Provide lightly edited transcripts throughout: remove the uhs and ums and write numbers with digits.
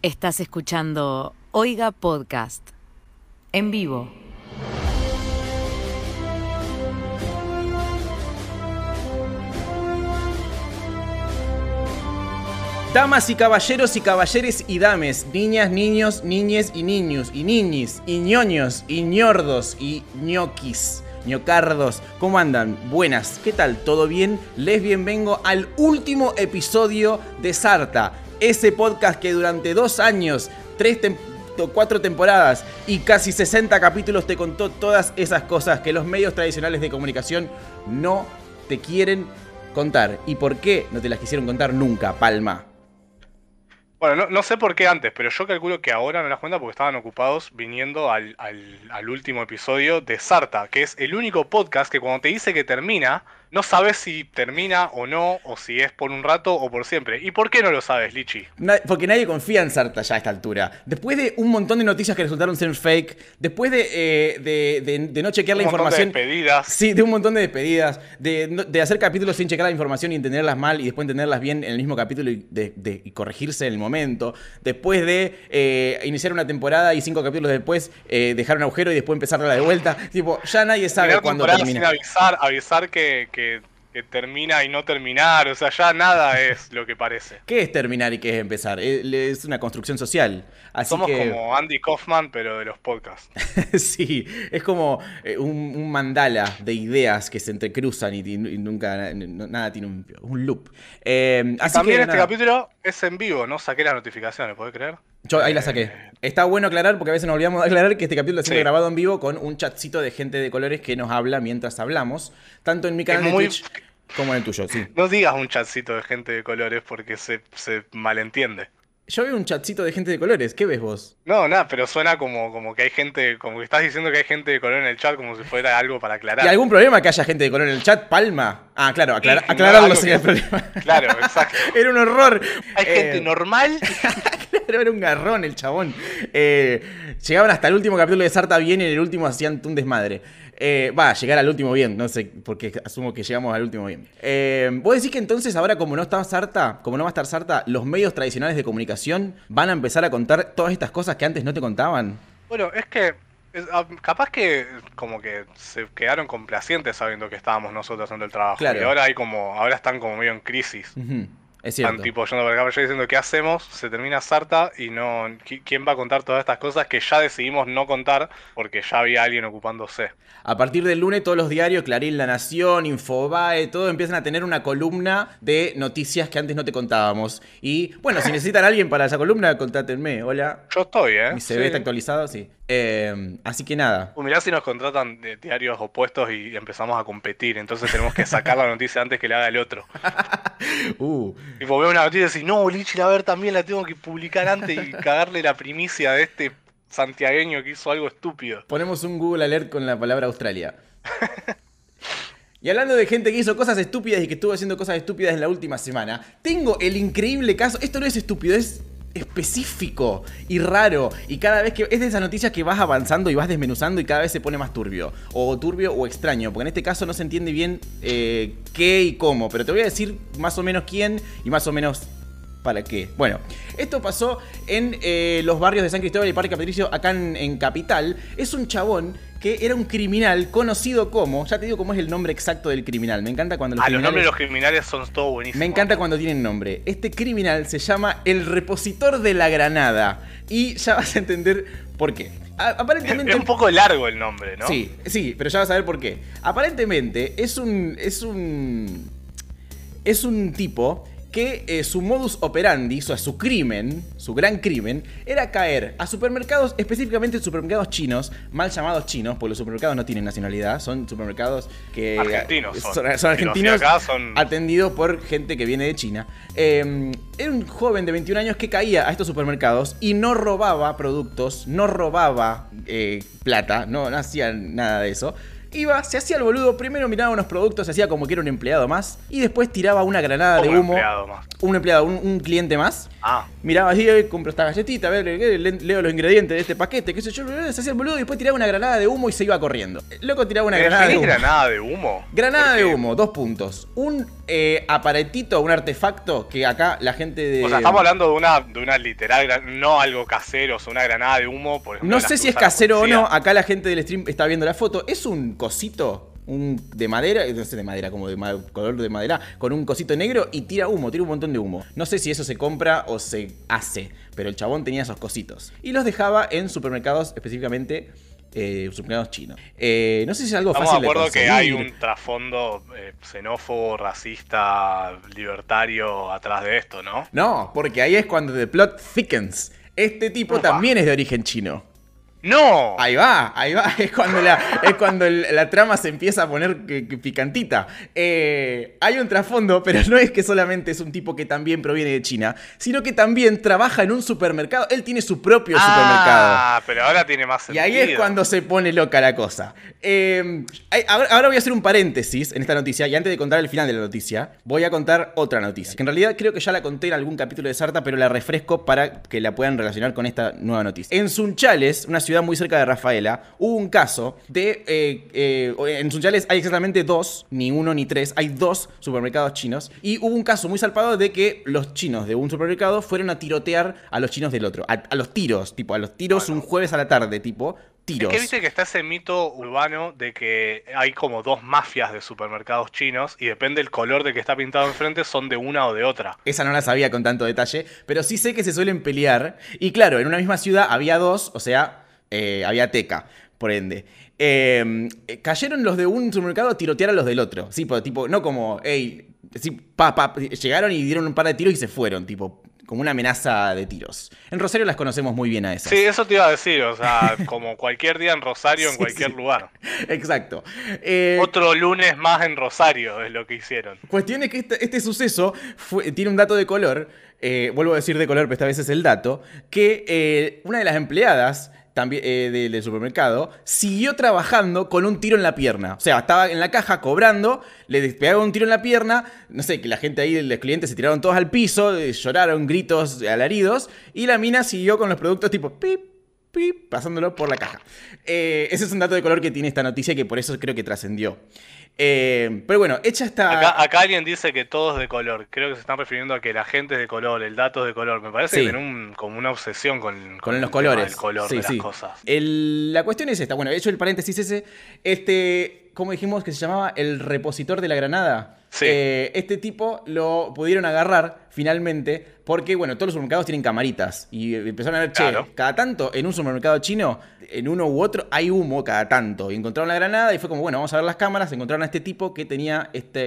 Estás escuchando Oiga Podcast, en vivo. Damas y caballeros y caballeres y dames, niñas, niños, niñes y niños, y niñis, y ñoños, y ñordos, y ñoquis, ñocardos. ¿Cómo andan? Buenas, ¿qué tal? ¿Todo bien? Les bienvengo al último episodio de Sarta, ese podcast que durante 2 años, 4 temporadas y casi 60 capítulos te contó todas esas cosas que los medios tradicionales de comunicación no te quieren contar. ¿Y por qué no te las quisieron contar nunca, Palma? Bueno, no sé por qué antes, pero yo calculo que ahora no las cuenta porque estaban ocupados viniendo al último episodio de Sarta, que es el único podcast que cuando te dice que termina, no sabes si termina o no, o si es por un rato o por siempre. ¿Y por qué no lo sabes, Lichi? Porque nadie confía en Sarta ya a esta altura. Después de un montón de noticias que resultaron ser fake, después de no chequear la información... Un montón de despedidas. Sí, de un montón de despedidas, de hacer capítulos sin checar la información y entenderlas mal y después entenderlas bien en el mismo capítulo y corregirse en el momento. Después de iniciar una temporada y 5 capítulos después dejar un agujero y después empezarla de vuelta. Tipo, ya nadie sabe cuándo termina. Sin avisar que termina y no terminar, o sea, ya nada es lo que parece. ¿Qué es terminar y qué es empezar? Es una construcción social. Así Somos como Andy Kaufman, pero de los podcasts. Sí, es como un mandala de ideas que se entrecruzan y nunca nada tiene un loop. Así también que, este capítulo es en vivo, no saqué las notificaciones, ¿podés creer? Yo ahí la saqué. Está bueno aclarar, porque a veces nos olvidamos de aclarar que este capítulo está siendo grabado en vivo con un chatcito de gente de colores que nos habla mientras hablamos, tanto en mi canal de Twitch como en el tuyo, sí. No digas un chatcito de gente de colores porque se malentiende. Yo veo un chatcito de gente de colores, ¿qué ves vos? No, nada, pero suena como que hay gente, como que estás diciendo que hay gente de color en el chat, como si fuera algo para aclarar. ¿Y algún problema que haya gente de color en el chat, Palma? Ah, claro, aclararlo sería el problema. Claro, exacto. Era un horror. Hay gente normal. Claro, era un garrón el chabón. Llegaban hasta el último capítulo de Sarta bien y en el último hacían un desmadre. Llegar al último bien, no sé, porque asumo que llegamos al último bien. ¿Vos decís que entonces ahora como no va a estar Sarta, los medios tradicionales de comunicación van a empezar a contar todas estas cosas que antes no te contaban? Bueno, es que capaz que como que se quedaron complacientes sabiendo que estábamos nosotros haciendo el trabajo. Claro. Y ahora están como medio en crisis. Uh-huh. Es cierto. Están tipo yendo por acá diciendo ¿qué hacemos? Se termina Sarta y no. ¿Quién va a contar todas estas cosas que ya decidimos no contar porque ya había alguien ocupándose? A partir del lunes todos los diarios, Clarín, La Nación, Infobae, todo empiezan a tener una columna de noticias que antes no te contábamos. Y bueno, si necesitan a alguien para esa columna, contátenme. Hola. Yo estoy, Mi CV está actualizado, sí. Así que nada. Mirá si nos contratan de diarios opuestos y empezamos a competir. Entonces tenemos que sacar la noticia antes que le haga el otro. Tipo, veo una noticia y decís, no, Lichi, la ver también la tengo que publicar antes y cagarle la primicia de este santiagueño que hizo algo estúpido. Ponemos un Google Alert con la palabra Australia. Y hablando de gente que hizo cosas estúpidas y que estuvo haciendo cosas estúpidas en la última semana, tengo el increíble caso. Esto no es estúpido, es específico y raro. Y cada vez que es de esas noticias que vas avanzando y vas desmenuzando y cada vez se pone más turbio. O turbio o extraño, porque en este caso no se entiende bien qué y cómo. Pero te voy a decir más o menos quién y más o menos para qué. Bueno, esto pasó en los barrios de San Cristóbal y Parque Patricio, acá en Capital. Es un chabón que era un criminal conocido como... Ya te digo cómo es el nombre exacto del criminal. Me encanta cuando los nombres de los criminales son todo buenísimos. Me encanta cuando tienen nombre. Este criminal se llama el Repositor de la Granada. Y ya vas a entender por qué. Aparentemente... Es un poco largo el nombre, ¿no? Sí, pero ya vas a ver por qué. Aparentemente es un tipo que su modus operandi, o sea, su crimen, su gran crimen, era caer a supermercados, específicamente supermercados chinos, mal llamados chinos, porque los supermercados no tienen nacionalidad, son supermercados que... Argentinos son argentinos, atendidos por gente que viene de China. Era un joven de 21 años que caía a estos supermercados y no robaba productos, no robaba plata, no hacía nada de eso. Iba, se hacía el boludo, primero miraba unos productos, se hacía como que era un empleado más, y después tiraba una granada de humo. Un empleado, un cliente más. Miraba así, compro esta galletita, a ver, leo los ingredientes de este paquete, qué sé yo, se hacía el boludo y después tiraba una granada de humo y se iba corriendo. El loco tiraba una granada de humo. ¿Granada de humo? Granada de humo, 2 puntos. Un aparatito, un artefacto que acá la gente de... O sea, estamos hablando de una literal, no algo casero, o sea, una granada de humo, por ejemplo. No sé si es casero o no, acá la gente del stream está viendo la foto. Es un cosito, de madera, no sé de madera, como de color de madera, con un cosito negro y tira humo, tira un montón de humo. No sé si eso se compra o se hace, pero el chabón tenía esos cositos. Y los dejaba en supermercados, específicamente supermercados chinos. No sé si es algo fácil de conseguir. Estamos de acuerdo que hay un trasfondo xenófobo, racista, libertario atrás de esto, ¿no? No, porque ahí es cuando the plot thickens. Este tipo también es de origen chino. ¡No! Ahí va, es cuando la trama se empieza a poner picantita. Hay un trasfondo, pero no es que solamente es un tipo que también proviene de China, sino que también trabaja en un supermercado. Él tiene su propio supermercado. Pero ahora tiene más sentido. Y ahí es cuando se pone loca la cosa. Ahora voy a hacer un paréntesis en esta noticia, y antes de contar el final de la noticia, voy a contar otra noticia, que en realidad creo que ya la conté en algún capítulo de Sarta, pero la refresco para que la puedan relacionar con esta nueva noticia. En Sunchales, una ciudad muy cerca de Rafaela, hubo un caso de... en Sunchales hay exactamente 2, ni 1 ni 3, hay 2 supermercados chinos, y hubo un caso muy zarpado de que los chinos de un supermercado fueron a tirotear a los chinos del otro, a los tiros, bueno, un jueves a la tarde, tipo... Tiros. Es que viste que está ese mito urbano de que hay como 2 mafias de supermercados chinos y depende del color de que está pintado enfrente son de una o de otra. Esa no la sabía con tanto detalle, pero sí sé que se suelen pelear. Y claro, en una misma ciudad había 2, o sea, había teca, por ende. Cayeron los de un supermercado a tirotear a los del otro. Sí, tipo, no como, llegaron y dieron un par de tiros y se fueron, tipo... como una amenaza de tiros. En Rosario las conocemos muy bien a esas. Sí, eso te iba a decir, o sea, como cualquier día en Rosario, en cualquier lugar. Exacto. Otro lunes más en Rosario es lo que hicieron. Cuestión es que este suceso tiene un dato de color, vuelvo a decir de color, pero esta vez es el dato, que una de las empleadas también del supermercado siguió trabajando con un tiro en la pierna. O sea, estaba en la caja cobrando, le pegaba un tiro en la pierna, no sé, que la gente ahí, los clientes se tiraron todos al piso, lloraron, gritos, alaridos, y la mina siguió con los productos tipo pip, pip, pasándolo por la caja. Ese es un dato de color que tiene esta noticia y que por eso creo que trascendió. Pero bueno, hecha esta... Acá alguien dice que todo es de color. Creo que se están refiriendo a que la gente es de color, el dato es de color. Me parece que tienen como una obsesión con los colores. El color de las cosas. La cuestión es esta. Bueno, he hecho el paréntesis ese. ¿Cómo dijimos que se llamaba? El repositor de la granada. Sí. Este tipo lo pudieron agarrar finalmente porque, bueno, todos los supermercados tienen camaritas y empezaron a ver, claro, cada tanto en un supermercado chino, en uno u otro, hay humo cada tanto. Y encontraron la granada y fue como, bueno, vamos a ver las cámaras. Encontraron a este tipo que tenía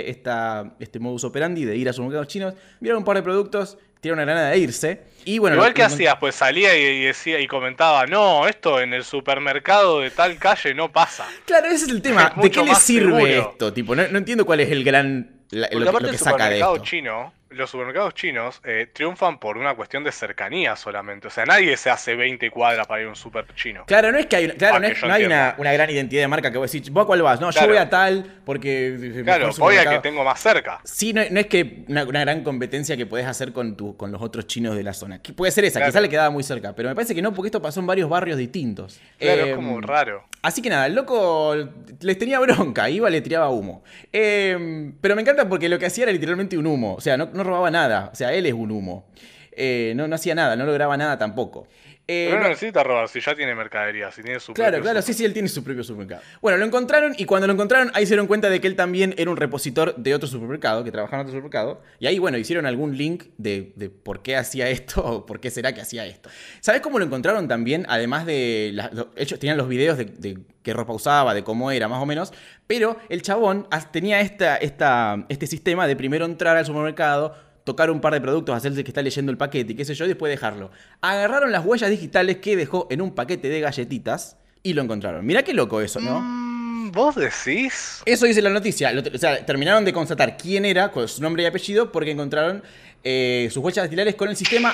este modus operandi de ir a supermercados chinos, vieron un par de productos, tiraron una granada de irse. Y bueno, igual que hacías, pues salía y decía y comentaba, no, esto en el supermercado de tal calle no pasa. Claro, ese es el tema. ¿De qué le sirve esto? Tipo, no entiendo cuál es el gran... lo que saca de esto. Los supermercados chinos triunfan por una cuestión de cercanía solamente. O sea, nadie se hace 20 cuadras para ir a un super chino. Claro, no es que hay, no hay una gran identidad de marca que vos decís, ¿vos a cuál vas? No, yo voy a tal porque... Claro, voy a que tengo más cerca. Sí, no es que una gran competencia que podés hacer con los otros chinos de la zona. Puede ser esa, quizás le quedaba muy cerca. Pero me parece que no, porque esto pasó en varios barrios distintos. Claro, es como raro. Así que nada, el loco les tenía bronca, iba, le tiraba humo. Pero me encanta porque lo que hacía era literalmente un humo. O sea, no robaba nada. O sea, él es un humo. No hacía nada, no lograba nada tampoco. Pero no necesita robar, si ya tiene mercadería, si tiene su propio Claro, sí, él tiene su propio supermercado. Bueno, lo encontraron y cuando lo encontraron, ahí se dieron cuenta de que él también era un repositor de otro supermercado, que trabajaba en otro supermercado. Y ahí, bueno, hicieron algún link de por qué hacía esto o por qué será que hacía esto. ¿Sabés cómo lo encontraron también? Además de... ellos tenían los videos de qué ropa usaba, de cómo era, más o menos. Pero el chabón tenía este sistema de primero entrar al supermercado, tocar un par de productos, hacerse que está leyendo el paquete y qué sé yo, y después dejarlo. Agarraron las huellas digitales que dejó en un paquete de galletitas y lo encontraron. Mirá qué loco eso, ¿no? ¿Vos decís? Eso dice la noticia. O sea, terminaron de constatar quién era, con su nombre y apellido, porque encontraron sus huellas dactilares con el sistema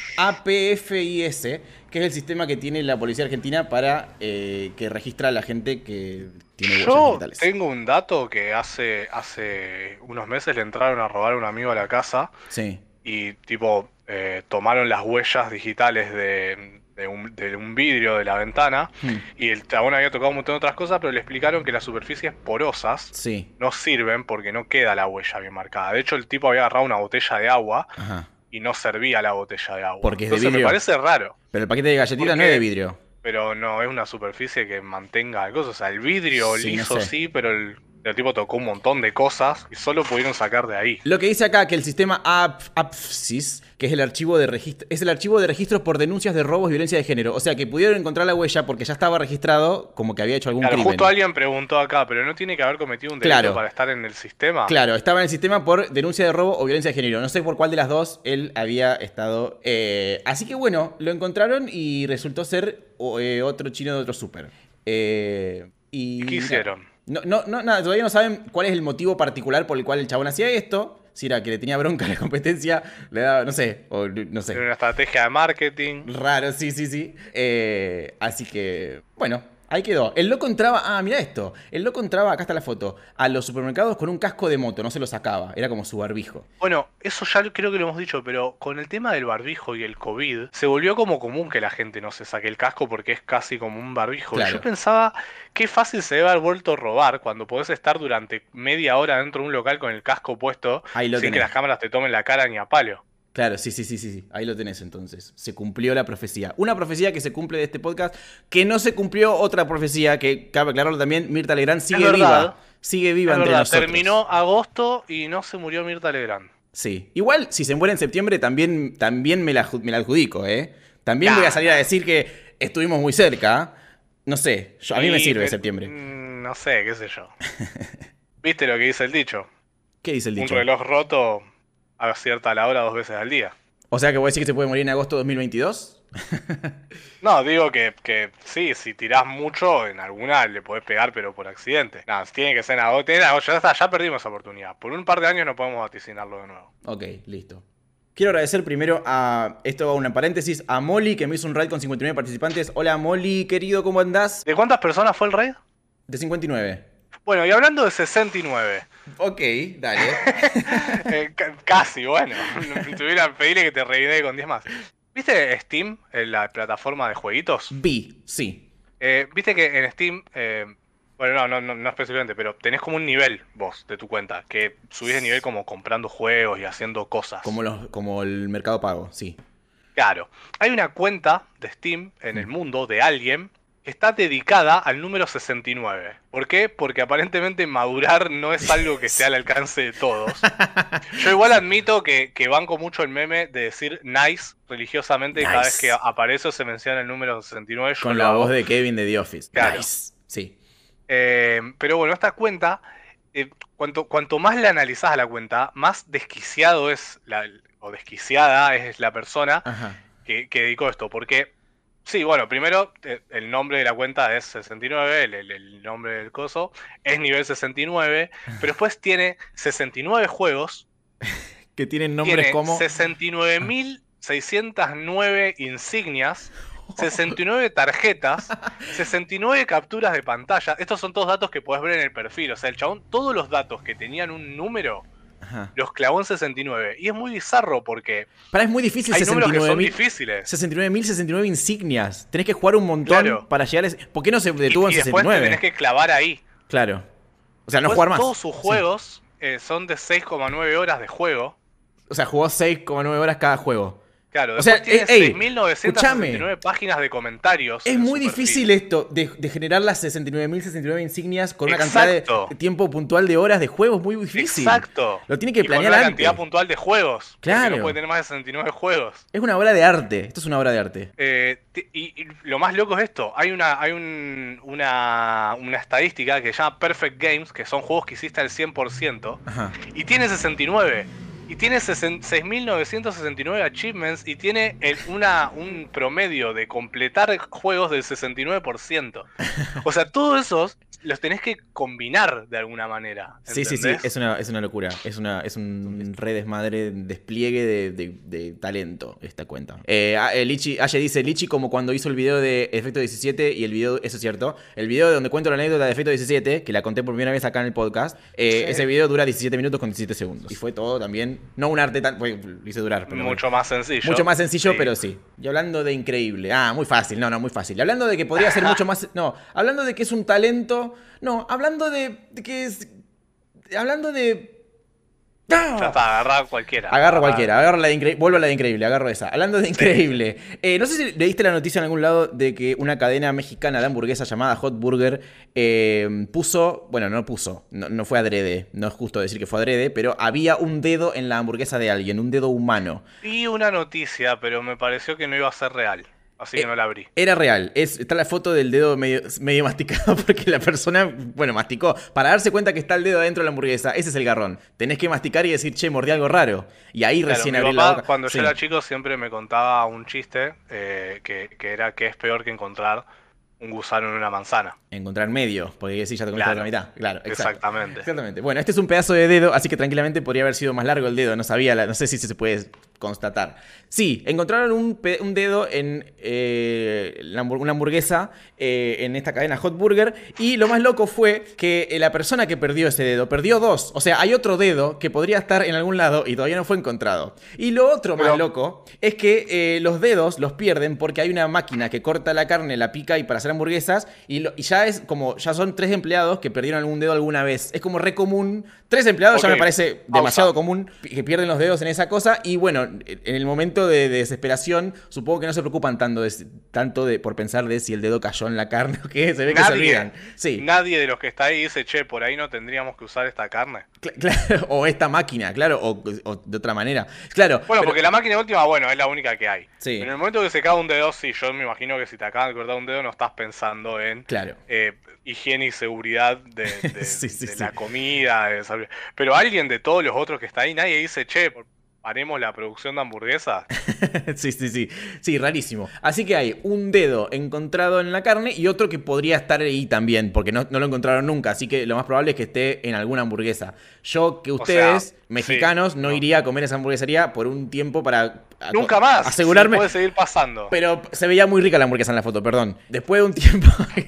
APFIS, que es el sistema que tiene la policía argentina para que registra a la gente que tiene huellas Yo digitales. tengo un dato que hace unos meses le entraron a robar a un amigo a la casa Sí. y tipo tomaron las huellas digitales de un vidrio de la ventana y el chabón había tocado un montón de otras cosas, pero le explicaron que las superficies porosas Sí. no sirven porque no queda la huella bien marcada. De hecho, el tipo había agarrado una botella de agua Ajá. y no servía la botella de agua. Porque es de Entonces me vidrio. parece raro. Pero el paquete de galletitas no es de vidrio. Pero no, es una superficie que mantenga cosas. O sea, el vidrio Sí, no liso sé. sí, pero el tipo tocó un montón de cosas y solo pudieron sacar de ahí. Lo que dice acá que el sistema APFSIS, que es el archivo de registro, es el archivo de registros por denuncias de robos y violencia de género. O sea que pudieron encontrar la huella porque ya estaba registrado como que había hecho algún Claro, crimen. justo alguien preguntó acá, pero no tiene que haber cometido un delito Claro. para estar en el sistema. Claro, estaba en el sistema por denuncia de robo o violencia de género. No sé por cuál de las dos él había estado. Así que bueno, lo encontraron y resultó ser otro chino de otro súper. ¿Y qué hicieron? Nada, todavía no saben cuál es el motivo particular por el cual el chabón hacía esto. Si era que le tenía bronca a la competencia, le daba, no sé, o no sé. Era una estrategia de marketing. Raro, sí. Así que, bueno, ahí quedó. El loco entraba, mirá esto. El loco entraba, acá está la foto, a los supermercados con un casco de moto, no se lo sacaba. Era como su barbijo. Bueno, eso ya creo que lo hemos dicho, pero con el tema del barbijo y el COVID, se volvió como común que la gente no se saque el casco porque es casi como un barbijo. Claro. Yo pensaba qué fácil se debe haber vuelto a robar cuando podés estar durante media hora dentro de un local con el casco puesto Ahí lo sin tenés. que las cámaras te tomen la cara ni a palo. Claro, sí. Ahí lo tenés entonces. Se cumplió la profecía. Una profecía que se cumple de este podcast, que no se cumplió otra profecía, que cabe aclararlo también, Mirta Legrand sigue verdad. viva. Sigue viva Es entre verdad, nosotros. terminó agosto y no se murió Mirta Legrand. Sí. Igual, si se muere en septiembre, también me la adjudico, ¿eh? También voy a salir a decir que estuvimos muy cerca. No sé, a mí me sirve septiembre. No sé, qué sé yo. ¿Viste lo que dice el dicho? ¿Qué dice el dicho? Un reloj roto acierta la hora 2 veces al día. O sea que voy a decir que se puede morir en agosto de 2022. No, digo que sí, si tirás mucho, en alguna le podés pegar, pero por accidente. No, tiene que ser en agosto. Ya perdimos esa oportunidad. Por un par de años no podemos vaticinarlo de nuevo. Ok, listo. Quiero agradecer primero a, esto va una paréntesis, a Molly que me hizo un raid con 59 participantes. Hola Molly, querido, ¿cómo andás? ¿De cuántas personas fue el raid? De 59. Bueno, y hablando de 69. Ok, dale. Casi, bueno. Tuviera pedirle que te revive con 10 más. ¿Viste Steam, la plataforma de jueguitos? Vi, sí. Viste que en Steam, bueno, no específicamente, pero tenés como un nivel vos de tu cuenta, que subís de nivel como comprando juegos y haciendo cosas. Como el Mercado Pago, sí. Claro. Hay una cuenta de Steam en el mundo de alguien que está dedicada al número 69. ¿Por qué? Porque aparentemente madurar no es algo que esté al alcance de todos. Yo igual admito que banco mucho el meme de decir nice religiosamente Nice. cada vez que aparece o se menciona el número 69. Con la voz de Kevin de The Office. Claro. Nice. Sí. Pero bueno, esta cuenta, cuanto más la analizás a la cuenta, más desquiciado es o desquiciada es la persona Ajá. que dedicó esto. Porque, sí, bueno, primero el nombre de la cuenta es 69, el nombre del coso es nivel 69, pero después tiene 69 juegos, Que tienen nombres tiene como... 69.609 insignias, 69 tarjetas, 69 capturas de pantalla. Estos son todos datos que podés ver en el perfil. O sea, el chabón, todos los datos que tenían un número, Ajá. los clavó en 69. Y es muy bizarro porque Para, es muy difícil. hay números que son 69.000 difíciles. 69 insignias. Tenés que jugar un montón Claro. para llegar a ese... ¿Por qué no se detuvo Y en después te 69? tenés que clavar ahí. Claro. O sea, no Después, jugar más. todos sus juegos son de 6,9 horas de juego. O sea, jugó 6,9 horas cada juego. Claro, O después sea, tiene ey, 6.969 páginas de comentarios. Es en muy su perfil. difícil esto de generar las 69.069 insignias con una cantidad Exacto. de tiempo puntual de horas de juego. Es muy difícil. Exacto. Lo tiene que Y con planear una antes. cantidad puntual de juegos. Claro. Porque no puede tener más de 69 juegos. Es una obra de arte. Esto es una obra de arte. Y lo más loco es esto. Hay una estadística que se llama Perfect Games, que son juegos que hiciste al 100%. Ajá. Y tiene 69. Y tiene 6.969 achievements y tiene un promedio de completar juegos del 69%. O sea, todos esos los tenés que combinar de alguna manera. Sí, ¿Entendés? es una locura. Es un re desmadre, despliegue de talento esta cuenta. Aye dice, Lichi como cuando hizo el video de Efecto 17 y el video, eso es cierto, el video donde cuento la anécdota de Efecto 17, que la conté por primera vez acá en el podcast, ese video dura 17 minutos con 17 segundos. Y fue todo también, no un arte tan, pues, lo hice durar. Pero mucho más sencillo. Mucho más sencillo, sí. pero sí. Y hablando de increíble, muy fácil, no, muy fácil. Hablando de que podría ser mucho más, no, hablando de que es un talento... No, hablando de que es... Hablando de... Ya está, agarra cualquiera. Agarro cualquiera, agarro la de increíble. Vuelvo a la de increíble, agarro esa. Hablando de increíble. No sé si leíste la noticia en algún lado de que una cadena mexicana de hamburguesas llamada Hot Burger puso. Bueno, no fue adrede. No es justo decir que fue adrede, pero había un dedo en la hamburguesa de alguien, un dedo humano. Vi una noticia, pero me pareció que no iba a ser real. Así que no la abrí. Era real. Está la foto del dedo medio masticado porque la persona, bueno, masticó. Para darse cuenta que está el dedo adentro de la hamburguesa, ese es el garrón. Tenés que masticar y decir, che, mordí algo raro. Y ahí claro, recién abrí la boca. Cuando yo era chico siempre me contaba un chiste que era que es peor que encontrar un gusano en una manzana. Encontrar medio, porque sí, ya te comiste la mitad. Claro, Exactamente. Bueno, este es un pedazo de dedo, así que tranquilamente podría haber sido más largo el dedo. No sé si se puede constatar. Sí, encontraron un dedo en una hamburguesa en esta cadena Hot Burger. Y lo más loco fue que la persona que perdió ese dedo perdió dos. O sea, hay otro dedo que podría estar en algún lado y todavía no fue encontrado. Y lo otro más loco es que los dedos los pierden porque hay una máquina que corta la carne, la pica y para hacer hamburguesas. Y ya son 3 empleados que perdieron algún dedo alguna vez. Es como re común. 3 empleados ya me parece demasiado común que pierden los dedos en esa cosa. Y bueno, en el momento de desesperación, supongo que no se preocupan tanto por pensar de si el dedo cayó en la carne o qué. Se ve que se olvidan. Sí. Nadie de los que está ahí dice, che, por ahí no tendríamos que usar esta carne. Claro, o esta máquina, claro, o de otra manera. Claro. Bueno, porque la máquina última, bueno, es la única que hay. Sí. Pero en el momento que se cae un dedo, sí, yo me imagino que si te acaban de cortar un dedo no estás pensando en higiene y seguridad de la comida. Pero alguien de todos los otros que está ahí, nadie dice, che, ¿haremos la producción de hamburguesas? Sí, rarísimo. Así que hay un dedo encontrado en la carne y otro que podría estar ahí también, porque no lo encontraron nunca. Así que lo más probable es que esté en alguna hamburguesa. Yo, que ustedes, mexicanos, no iría a comer esa hamburguesería por un tiempo para... Nunca más. Asegurarme. Sí, puede seguir pasando. Pero se veía muy rica la hamburguesa en la foto, perdón. Después de un tiempo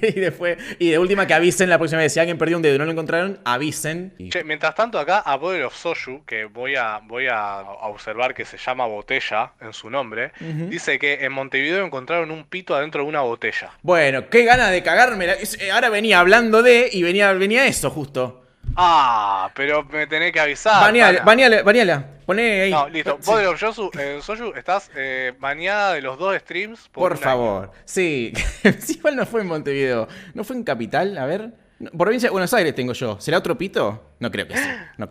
y de última que avisen la próxima vez. Si alguien perdió un dedo y no lo encontraron, avisen. Che, mientras tanto acá, a Bottle of Soju, que voy a observar que se llama botella en su nombre, dice que en Montevideo encontraron un pito adentro de una botella. Bueno, qué gana de cagármela. Ahora venía hablando y venía eso justo. Pero me tenés que avisar. Baneala. Poné ahí. No, listo. Sí. Bottle of Soju, estás baneada de los 2 streams. Por favor. Sí. Igual no fue en Montevideo. ¿No fue en Capital? A ver. Provincia de Buenos Aires tengo yo. ¿Será otro pito? No creo que sí.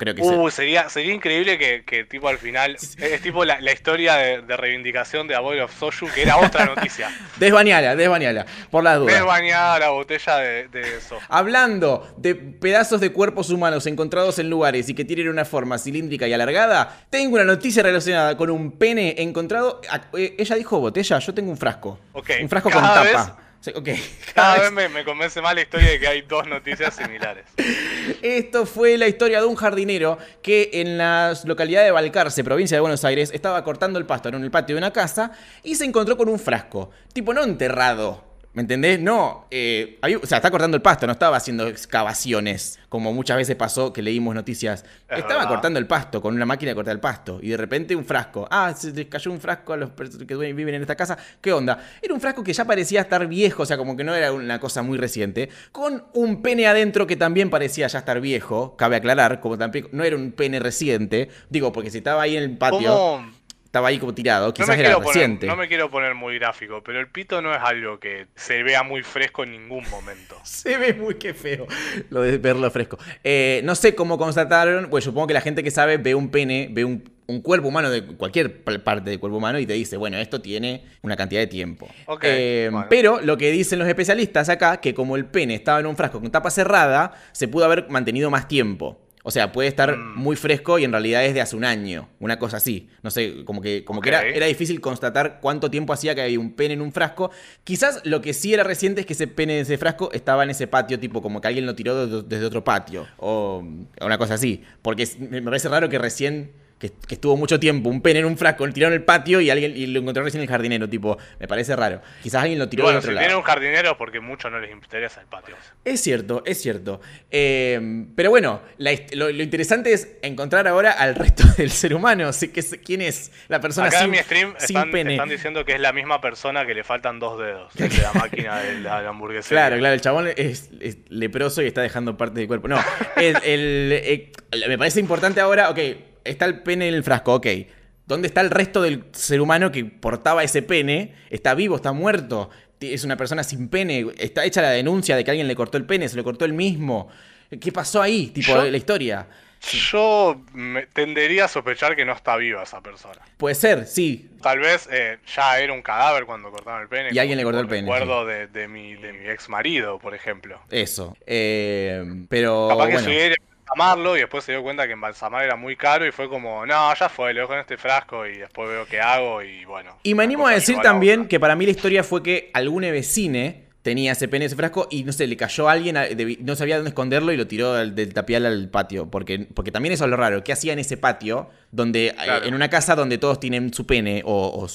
Sería increíble que tipo al final es tipo la historia de reivindicación de A Bottle of Soju, que era otra noticia. Desbaneala, por las dudas. Desbaneada la botella de soju. Hablando de pedazos de cuerpos humanos encontrados en lugares y que tienen una forma cilíndrica y alargada, tengo una noticia relacionada con un pene encontrado. Ella dijo botella, yo tengo un frasco. Un frasco con tapa. Cada vez me convence más la historia de que hay 2 noticias similares. Esto fue la historia de un jardinero que en la localidad de Balcarce, provincia de Buenos Aires, estaba cortando el pasto en el patio de una casa y se encontró con un frasco. Tipo, no enterrado. ¿Me entendés? No, está cortando el pasto, no estaba haciendo excavaciones, como muchas veces pasó que leímos noticias. Estaba cortando el pasto con una máquina de cortar el pasto y de repente un frasco. Se les cayó un frasco a los que viven en esta casa. ¿Qué onda? Era un frasco que ya parecía estar viejo, o sea, como que no era una cosa muy reciente, con un pene adentro que también parecía ya estar viejo, cabe aclarar, como tampoco no era un pene reciente. Digo, porque si estaba ahí en el patio... ¿Cómo? Estaba ahí como tirado, quizás era reciente. No me quiero poner muy gráfico, pero el pito no es algo que se vea muy fresco en ningún momento. Se ve muy que feo lo de verlo fresco. No sé cómo constataron, pues supongo que la gente que sabe ve un pene, ve un cuerpo humano de cualquier parte del cuerpo humano y te dice, bueno, esto tiene una cantidad de tiempo. Bueno. Pero lo que dicen los especialistas acá, que como el pene estaba en un frasco con tapa cerrada, se pudo haber mantenido más tiempo. O sea, puede estar muy fresco y en realidad es de hace un año. Una cosa así. No sé, como que era difícil constatar cuánto tiempo hacía que había un pene en un frasco. Quizás lo que sí era reciente es que ese pene de ese frasco estaba en ese patio, tipo como que alguien lo tiró desde otro patio. O una cosa así. Porque me parece raro que recién... Que estuvo mucho tiempo un pene en un frasco, tirado en el patio y lo encontró recién el jardinero, tipo, me parece raro. Quizás alguien lo tiró de otro lado. Bueno, si tiene un jardinero porque muchos no les interesa el patio. Es cierto, es cierto. Pero bueno, lo interesante es encontrar ahora al resto del ser humano. ¿Quién es la persona acá sin, en mi stream pene? están diciendo que es la misma persona que le faltan 2 dedos de la máquina de la hamburguesería. Claro, el chabón es leproso y está dejando parte del cuerpo. No, me parece importante ahora, ok, está el pene en el frasco, ok. ¿Dónde está el resto del ser humano que portaba ese pene? ¿Está vivo? ¿Está muerto? ¿Es una persona sin pene? ¿Está hecha la denuncia de que alguien le cortó el pene? ¿Se lo cortó él mismo? ¿Qué pasó ahí? Tipo, la historia. Yo tendería a sospechar que no está viva esa persona. Puede ser, sí. Tal vez ya era un cadáver cuando cortaron el pene. Y alguien le cortó el pene. Recuerdo de mi ex marido, por ejemplo. Eso. Pero capaz que bueno. subiera a embalsamarlo y después se dio cuenta que embalsamar era muy caro y fue como, no, ya fue, lo dejo en este frasco y después veo qué hago y bueno. Y me animo a decir también que para mí la historia fue que algún vecine tenía ese pene, ese frasco, y no sé, le cayó a alguien, no sabía dónde esconderlo y lo tiró del tapial al patio. Porque también eso es lo raro. ¿Qué hacía en ese patio? Donde, claro, en una casa donde todos tienen su pene o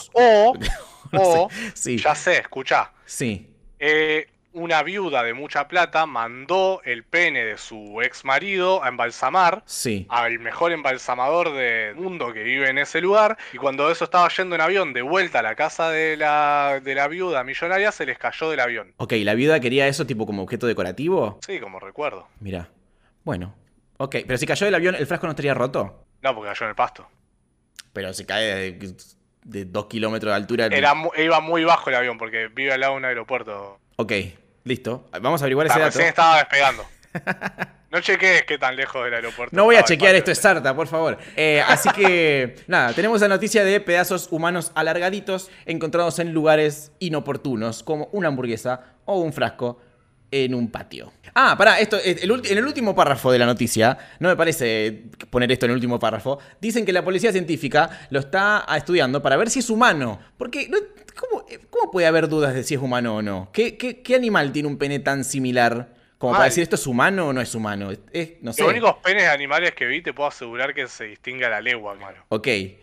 no sé. Sí. Ya sé, escuchá. Sí. Una viuda de mucha plata mandó el pene de su ex marido a embalsamar, sí, al mejor embalsamador del mundo que vive en ese lugar, y cuando eso estaba yendo en avión de vuelta a la casa de la viuda millonaria, se les cayó del avión. Ok, ¿la viuda quería eso tipo como objeto decorativo? Sí, como recuerdo. Mirá, bueno, ok, pero si cayó del avión, ¿el frasco no estaría roto? No, porque cayó en el pasto. Pero si cae de 2 kilómetros de altura... Iba muy bajo el avión, porque vive al lado de un aeropuerto. Ok, listo. Vamos a averiguar ese dato. Recién estaba despegando. No chequees qué tan lejos del aeropuerto. No voy a chequear esto, es Sarta, por favor. Así que, nada, tenemos la noticia de pedazos humanos alargaditos encontrados en lugares inoportunos, como una hamburguesa o un frasco en un patio. Ah, pará, esto, en el último párrafo de la noticia, no me parece poner esto en el último párrafo, dicen que la policía científica lo está estudiando para ver si es humano. Porque, ¿cómo puede haber dudas de si es humano o no? ¿Qué animal tiene un pene tan similar como para decir esto es humano o no es humano? No sé. Los únicos penes de animales que vi te puedo asegurar que se distingue a la legua, hermano. Ok.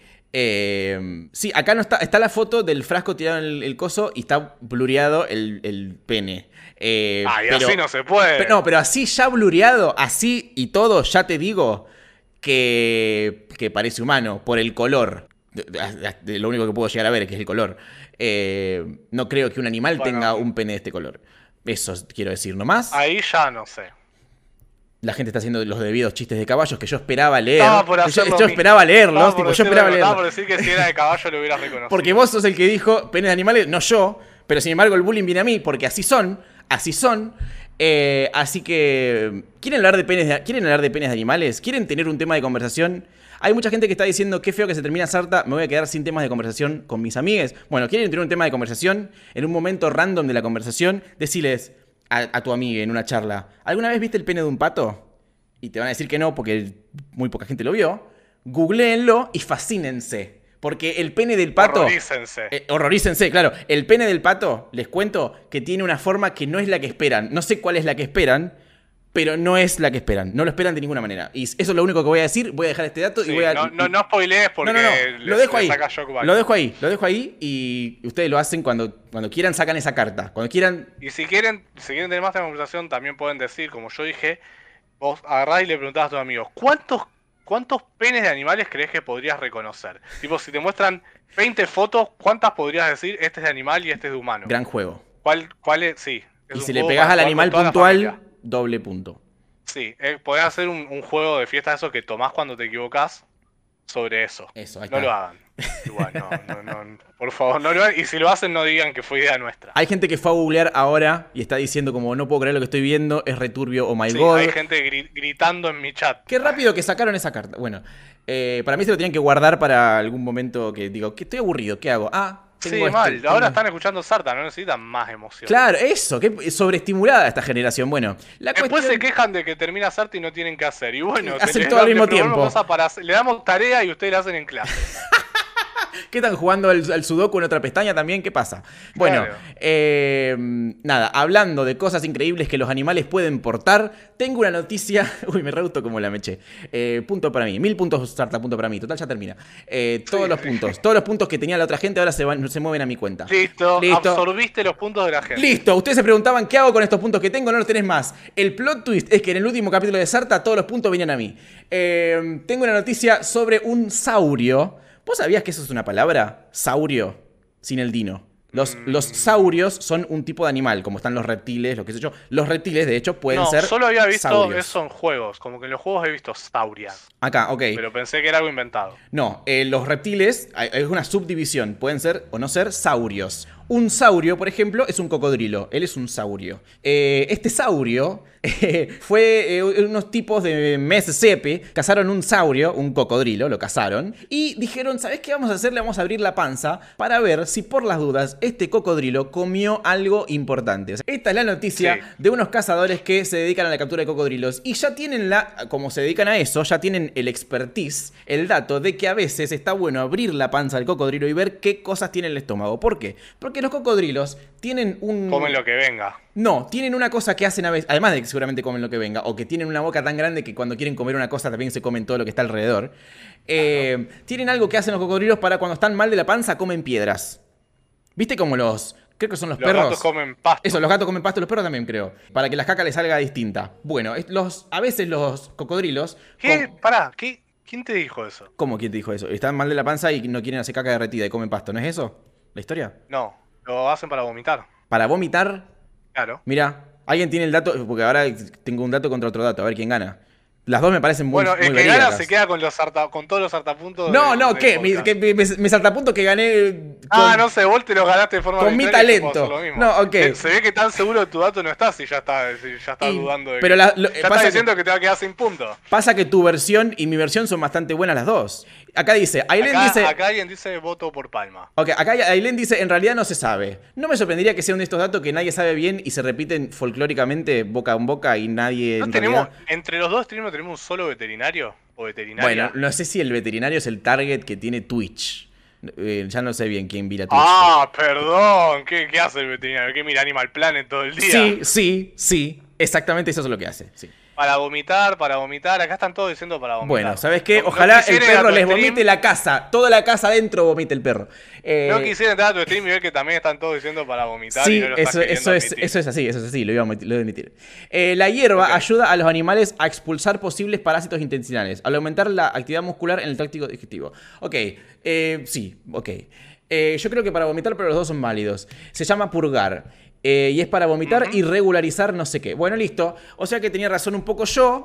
Sí, acá no está la foto del frasco tirado en el coso y está blureado el pene. Y así no se puede. Pero así ya blureado, así y todo, ya te digo que parece humano por el color. Lo único que puedo llegar a ver es que es el color. No creo que un animal tenga un pene de este color. Eso quiero decir nomás. Ahí ya no sé. La gente está haciendo los debidos chistes de caballos que yo esperaba leer. Yo esperaba leerlos. Estaba por decir que si era de caballo lo hubieras reconocido. Porque vos sos el que dijo penes de animales, no yo. Pero sin embargo el bullying viene a mí porque así son. Así son. Así que... ¿Quieren hablar de penes de animales? ¿Quieren tener un tema de conversación? Hay mucha gente que está diciendo qué feo que se termina Sarta, me voy a quedar sin temas de conversación con mis amigues. Bueno, ¿quieren tener un tema de conversación? En un momento random de la conversación, deciles a tu amiga en una charla, ¿alguna vez viste el pene de un pato? Y te van a decir que no porque muy poca gente lo vio. Googleenlo y fascínense. Porque el pene del pato... Horrorícense, claro. El pene del pato, les cuento, que tiene una forma que no es la que esperan. No sé cuál es la que esperan, pero no es la que esperan. No lo esperan de ninguna manera. Y eso es lo único que voy a decir. Voy a dejar este dato y voy a... No spoilees porque... Lo dejo ahí. Lo dejo ahí y ustedes lo hacen cuando quieran, sacan esa carta. Cuando quieran... Y si quieren tener más de conversación, también pueden decir, como yo dije, vos agarrás y le preguntás a tus amigos, ¿cuántos penes de animales crees que podrías reconocer? Tipo, si te muestran 20 fotos, ¿cuántas podrías decir este es de animal y este es de humano? Gran juego. ¿Cuál es? Sí. Y si le pegás al animal puntual, doble punto. Sí, podés hacer un juego de fiesta de esos que tomás cuando te equivocás sobre eso. Eso, ahí no está. lo hagan. Igual, no, por favor, no lo hagan. Y si lo hacen, no digan que fue idea nuestra. Hay gente que fue a googlear ahora y está diciendo como no puedo creer lo que estoy viendo, es returbio, oh my god. Hay gente gritando en mi chat. Qué rápido que sacaron esa carta. Bueno, para mí se lo tenían que guardar para algún momento que digo, que estoy aburrido, ¿qué hago? Sí, mal. Ahora están escuchando Sarta, no necesitan más emoción. Claro, eso, que sobreestimulada esta generación. Bueno, Después se quejan de que termina Sarta y no tienen que hacer. Y bueno, hacen todo al mismo tiempo. Le damos tarea y ustedes la hacen en clase. ¿Qué están jugando al Sudoku en otra pestaña también? ¿Qué pasa? Bueno, claro. Nada, hablando de cosas increíbles que los animales pueden portar, tengo una noticia. Uy, me re gustó como la meché. Punto para mí. 1000 puntos, Sarta, punto para mí. Total, ya termina. Todos los puntos que tenía la otra gente ahora se mueven a mi cuenta. Listo, absorbiste los puntos de la gente. Listo, ustedes se preguntaban qué hago con estos puntos que tengo, no los tenés más. El plot twist es que en el último capítulo de Sarta todos los puntos venían a mí. Tengo una noticia sobre un saurio. ¿Vos sabías que eso es una palabra? Saurio, sin el dino. Los saurios son un tipo de animal, como están los reptiles, lo que sé yo. Los reptiles, de hecho, pueden ser solo había visto saurios. eso en juegos, como que en los juegos he visto saurias. Acá, ok. Pero pensé que era algo inventado. No, los reptiles, es una subdivisión, pueden ser o no ser saurios. Un saurio, por ejemplo, es un cocodrilo. Él es un saurio. Este saurio fue unos tipos de Mississippi. Cazaron un saurio, un cocodrilo, lo cazaron. Y dijeron, ¿sabes qué vamos a hacer? Le vamos a abrir la panza para ver si por las dudas este cocodrilo comió algo importante. O sea, esta es la noticia de unos cazadores que se dedican a la captura de cocodrilos. Y ya tienen como se dedican a eso, ya tienen el expertise, el dato de que a veces está bueno abrir la panza del cocodrilo y ver qué cosas tiene en el estómago. ¿Por qué? Porque los cocodrilos tienen un... Comen lo que venga. No, tienen una cosa que hacen a veces, además de que seguramente comen lo que venga, o que tienen una boca tan grande que cuando quieren comer una cosa también se comen todo lo que está alrededor. Tienen algo que hacen los cocodrilos para cuando están mal de la panza, comen piedras. ¿Viste como creo que son los perros? Los gatos comen pasto. Eso, los gatos comen pasto, los perros también creo. Para que la caca les salga distinta. Bueno, a veces los cocodrilos... ¿Qué? Pará, ¿quién te dijo eso? ¿Cómo quién te dijo eso? Están mal de la panza y no quieren hacer caca derretida y comen pasto, ¿no es eso? ¿La historia? No, lo hacen para vomitar. ¿Para vomitar? Claro. Mira, alguien tiene el dato, porque ahora tengo un dato contra otro dato, a ver quién gana. Las dos me parecen muy Bueno, el que gana se queda con todos los sartapuntos. No, ¿qué? Me sartapuntos que gané. No sé, vos te los ganaste de forma con mi talento. No, ok. Se ve que tan seguro de tu dato no estás y ya estás dudando de pero ya estás diciendo que te va a quedar sin puntos. Pasa que tu versión y mi versión son bastante buenas las dos. Acá dice, acá alguien dice voto por Palma. Ok, acá Ailén dice, en realidad no se sabe. No me sorprendería que sea uno de estos datos que nadie sabe bien y se repiten folclóricamente boca en boca y nadie... Entre los dos streamers tenemos un solo veterinario o veterinaria. Bueno, no sé si el veterinario es el target que tiene Twitch. Ya no sé bien quién mira Twitch. Perdón. ¿Qué hace el veterinario? ¿Qué mira Animal Planet todo el día? Sí. Exactamente eso es lo que hace, sí. Para vomitar. Acá están todos diciendo para vomitar. Bueno, ¿sabes qué? Ojalá el perro les vomite la casa. Toda la casa adentro vomite el perro. No quisiera entrar a tu stream y ver que también están todos diciendo para vomitar. Sí, y no lo eso es así, lo voy a admitir. La hierba ayuda a los animales a expulsar posibles parásitos intestinales, al aumentar la actividad muscular en el tracto digestivo. Ok, sí, ok. Yo creo que para vomitar, pero los dos son válidos. Se llama purgar. Y es para vomitar y regularizar no sé qué. Bueno, listo. O sea que tenía razón un poco yo.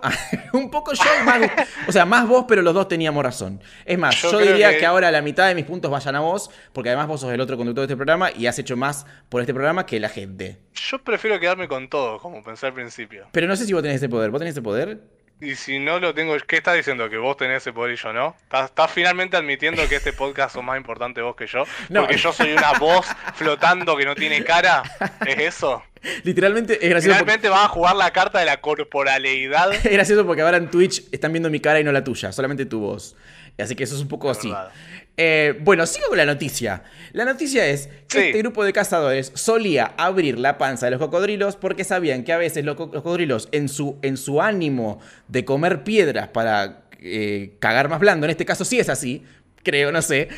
Más vos, pero los dos teníamos razón. Es más, yo diría que ahora la mitad de mis puntos vayan a vos, porque además vos sos el otro conductor de este programa y has hecho más por este programa que la gente. Yo prefiero quedarme con todo, como pensé al principio. Pero no sé si vos tenés ese poder. ¿Vos tenés ese poder? Y si no lo tengo, ¿qué estás diciendo? ¿Que vos tenés ese poder y yo no? ¿Estás finalmente admitiendo que este podcast son más importante vos que yo? Porque yo soy una voz flotando que no tiene cara. ¿Es eso? Literalmente es gracioso. Finalmente vas a jugar la carta de la corporaleidad. Es gracioso porque ahora en Twitch están viendo mi cara y no la tuya, solamente tu voz. Así que eso es un poco así. Bueno, sigo con la noticia. La noticia es que este grupo de cazadores solía abrir la panza de los cocodrilos porque sabían que a veces los cocodrilos en su ánimo de comer piedras para cagar más blando, en este caso sí es así, creo, no sé,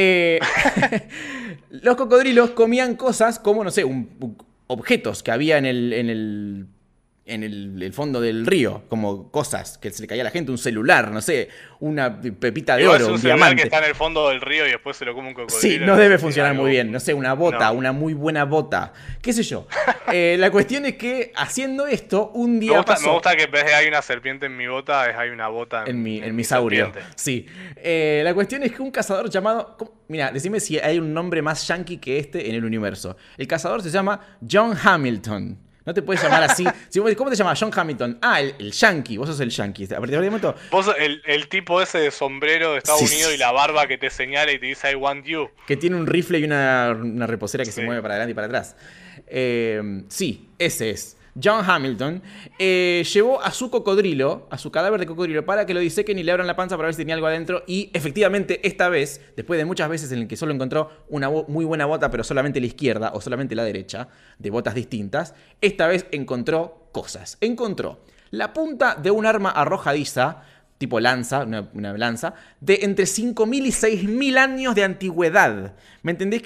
los cocodrilos comían cosas como, no sé, objetos que había en el fondo del río, como cosas que se le caía a la gente, un celular, no sé, una pepita de oro, un diamante. Que está en el fondo del río y después se lo come un cocodrilo. Sí, no debe funcionar muy bien, no sé, una bota, una muy buena bota, qué sé yo. La cuestión es que haciendo esto, un día me gusta que en vez de hay una serpiente en mi bota, hay una bota en mi saurio. Sí. La cuestión es que un cazador llamado... Mira, decime si hay un nombre más yankee que este en el universo. El cazador se llama John Hamilton. No te puedes llamar así. ¿Cómo te llamas? John Hamilton. Ah, el yankee. Vos sos el yankee. A partir de momento... Vos, el tipo ese de sombrero de Estados Sí. Unidos y la barba que te señala y te dice I want you. Que tiene un rifle y una reposera que se Sí. mueve para adelante y para atrás. Sí, ese es. John Hamilton llevó a su cocodrilo, a su cadáver de cocodrilo, para que lo disequen y le abran la panza para ver si tenía algo adentro. Y efectivamente, esta vez, después de muchas veces en el que solo encontró una muy buena bota, pero solamente la izquierda o solamente la derecha, de botas distintas, esta vez encontró cosas. Encontró la punta de un arma arrojadiza, tipo lanza, una lanza, de entre 5.000 y 6.000 años de antigüedad. ¿Me entendés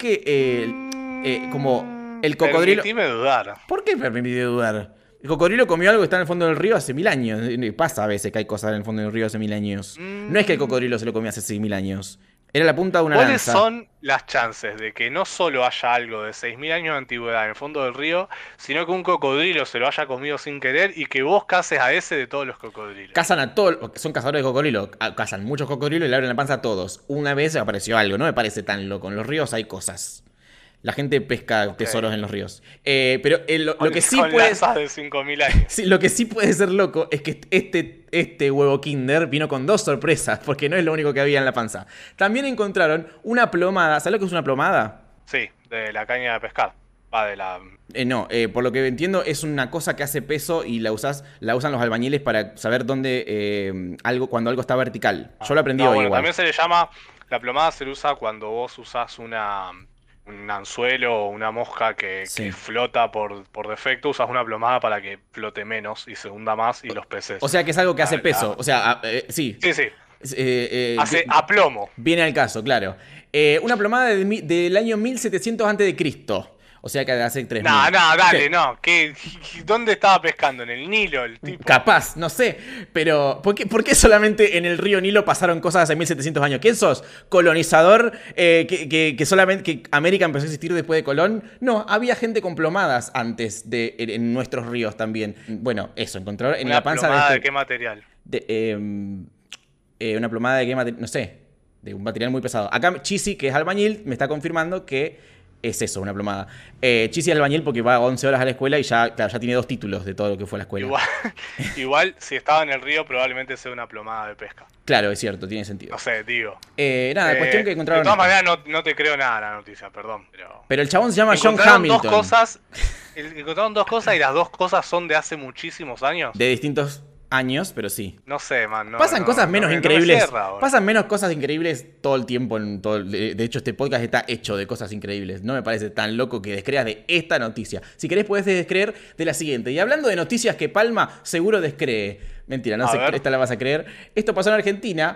que como el cocodrilo... Permitime dudar. ¿Por qué me permitió dudar? El cocodrilo comió algo que está en el fondo del río hace 1.000 años. Pasa a veces que hay cosas en el fondo del río hace 1.000 años. No es que el cocodrilo se lo comió hace 6.000 años. Era la punta de una ¿Cuáles lanza. son las chances de que no solo haya algo de 6.000 años de antigüedad en el fondo del río, sino que un cocodrilo se lo haya comido sin querer y que vos cases a ese de todos los cocodrilos? Cazan a todos, son cazadores de cocodrilo. Cazan muchos cocodrilos y le abren la panza a todos. Una vez apareció algo, no me parece tan loco. En los ríos hay cosas. La gente pesca tesoros en los ríos. Pero lo que sí Con puede... lanzas de 5.000 años. Sí, lo que sí puede ser loco es que este huevo Kinder vino con 2 sorpresas, porque no es lo único que había en la panza. También encontraron una plomada. ¿Sabes lo que es una plomada? Sí, de la caña de pescar. Va de la... No, por lo que entiendo es una cosa que hace peso y la usan los albañiles para saber dónde cuando algo está vertical. Yo lo aprendí hoy bueno, igual. también se le llama... La plomada se le usa cuando vos usás un anzuelo o una mosca que flota por defecto, usas una plomada para que flote menos y se hunda más y los peces... O sea que es algo que hace peso. O sea, sí. Sí, sí. Hace a aplomo. Viene al caso, claro. Una plomada del año 1700 a.C. O sea que hace 3.000. No, dale, ¿Qué? no. ¿Dónde estaba pescando? ¿En el Nilo el tipo? Capaz, no sé. Pero, ¿por qué solamente en el río Nilo pasaron cosas hace 1700 años? ¿Quién sos? ¿Colonizador? Que solamente que América empezó a existir después de Colón. No, había gente con plomadas antes en nuestros ríos también. Bueno, eso, encontraron en la panza plomada de de qué material? Una plomada de qué material, no sé. De un material muy pesado. Acá Chisi, que es albañil, me está confirmando que es eso, una plomada. Chisi es albañil porque va 11 horas a la escuela y ya tiene 2 títulos de todo lo que fue a la escuela. Igual, si estaba en el río, probablemente sea una plomada de pesca. Claro, es cierto, tiene sentido. No sé, digo. Nada, cuestión que encontraron... De todas maneras, no te creo nada la noticia, perdón. Pero el chabón se llama John encontraron Hamilton. Encontraron 2 cosas y las 2 cosas son de hace muchísimos años. De distintos años, pero sí. No sé, man. Pasan cosas menos increíbles. Cierra, pasan menos cosas increíbles todo el tiempo. De hecho, este podcast está hecho de cosas increíbles. No me parece tan loco que descreas de esta noticia. Si querés, podés descreer de la siguiente. Y hablando de noticias que Palma seguro descree. Mentira, no sé, esta la vas a creer. Esto pasó en Argentina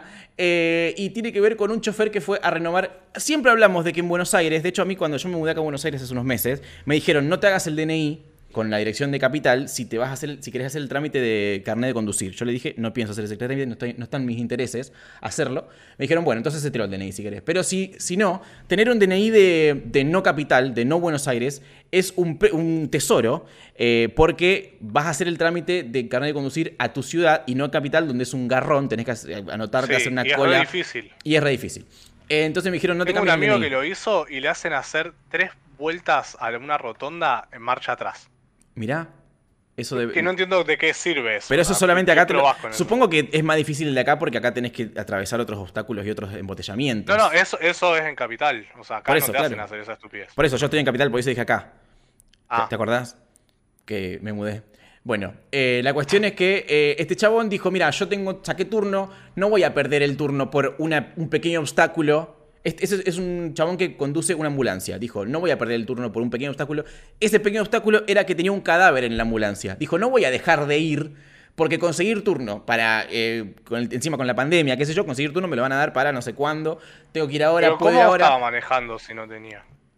y tiene que ver con un chofer que fue a renovar. Siempre hablamos de que en Buenos Aires, de hecho a mí cuando yo me mudé acá a Buenos Aires hace unos meses, me dijeron no te hagas el DNI con la dirección de Capital si querés hacer el trámite de carnet de conducir. Yo le dije, no pienso hacer ese trámite, no están mis intereses hacerlo. Me dijeron, bueno, entonces se tiró el DNI si querés. Pero si no, tener un DNI de no Capital, de no Buenos Aires, es un tesoro porque vas a hacer el trámite de carnet de conducir a tu ciudad y no Capital, donde es un garrón, tenés que anotarte, hacer una cola. Y es re difícil. Y es re difícil. Entonces me dijeron, no te Tengo un cambies el amigo DNI. que lo hizo y le hacen hacer 3 vueltas a una rotonda en marcha atrás. Mirá, eso debe... Que no entiendo de qué sirve eso. Pero eso solamente acá... Supongo que que es más difícil el de acá porque acá tenés que atravesar otros obstáculos y otros embotellamientos. No, eso es en Capital. O sea, acá Por eso, no te hacen claro. hacer esa estupidez. Por eso, yo estoy en Capital, por eso dije acá. Ah. ¿Te acordás? Que me mudé. Bueno, la cuestión es que este chabón dijo, mira, saqué turno, no voy a perder el turno por un pequeño obstáculo. Es un chabón que conduce una ambulancia. Dijo, no voy a perder el turno por un pequeño obstáculo. Ese pequeño obstáculo era que tenía un cadáver en la ambulancia. Dijo, no voy a dejar de ir porque conseguir turno para, encima con la pandemia, qué sé yo, conseguir turno me lo van a dar para no sé cuándo. Tengo que ir ahora, Pero puedo ir ¿cómo ahora. estaba manejando si no tenía?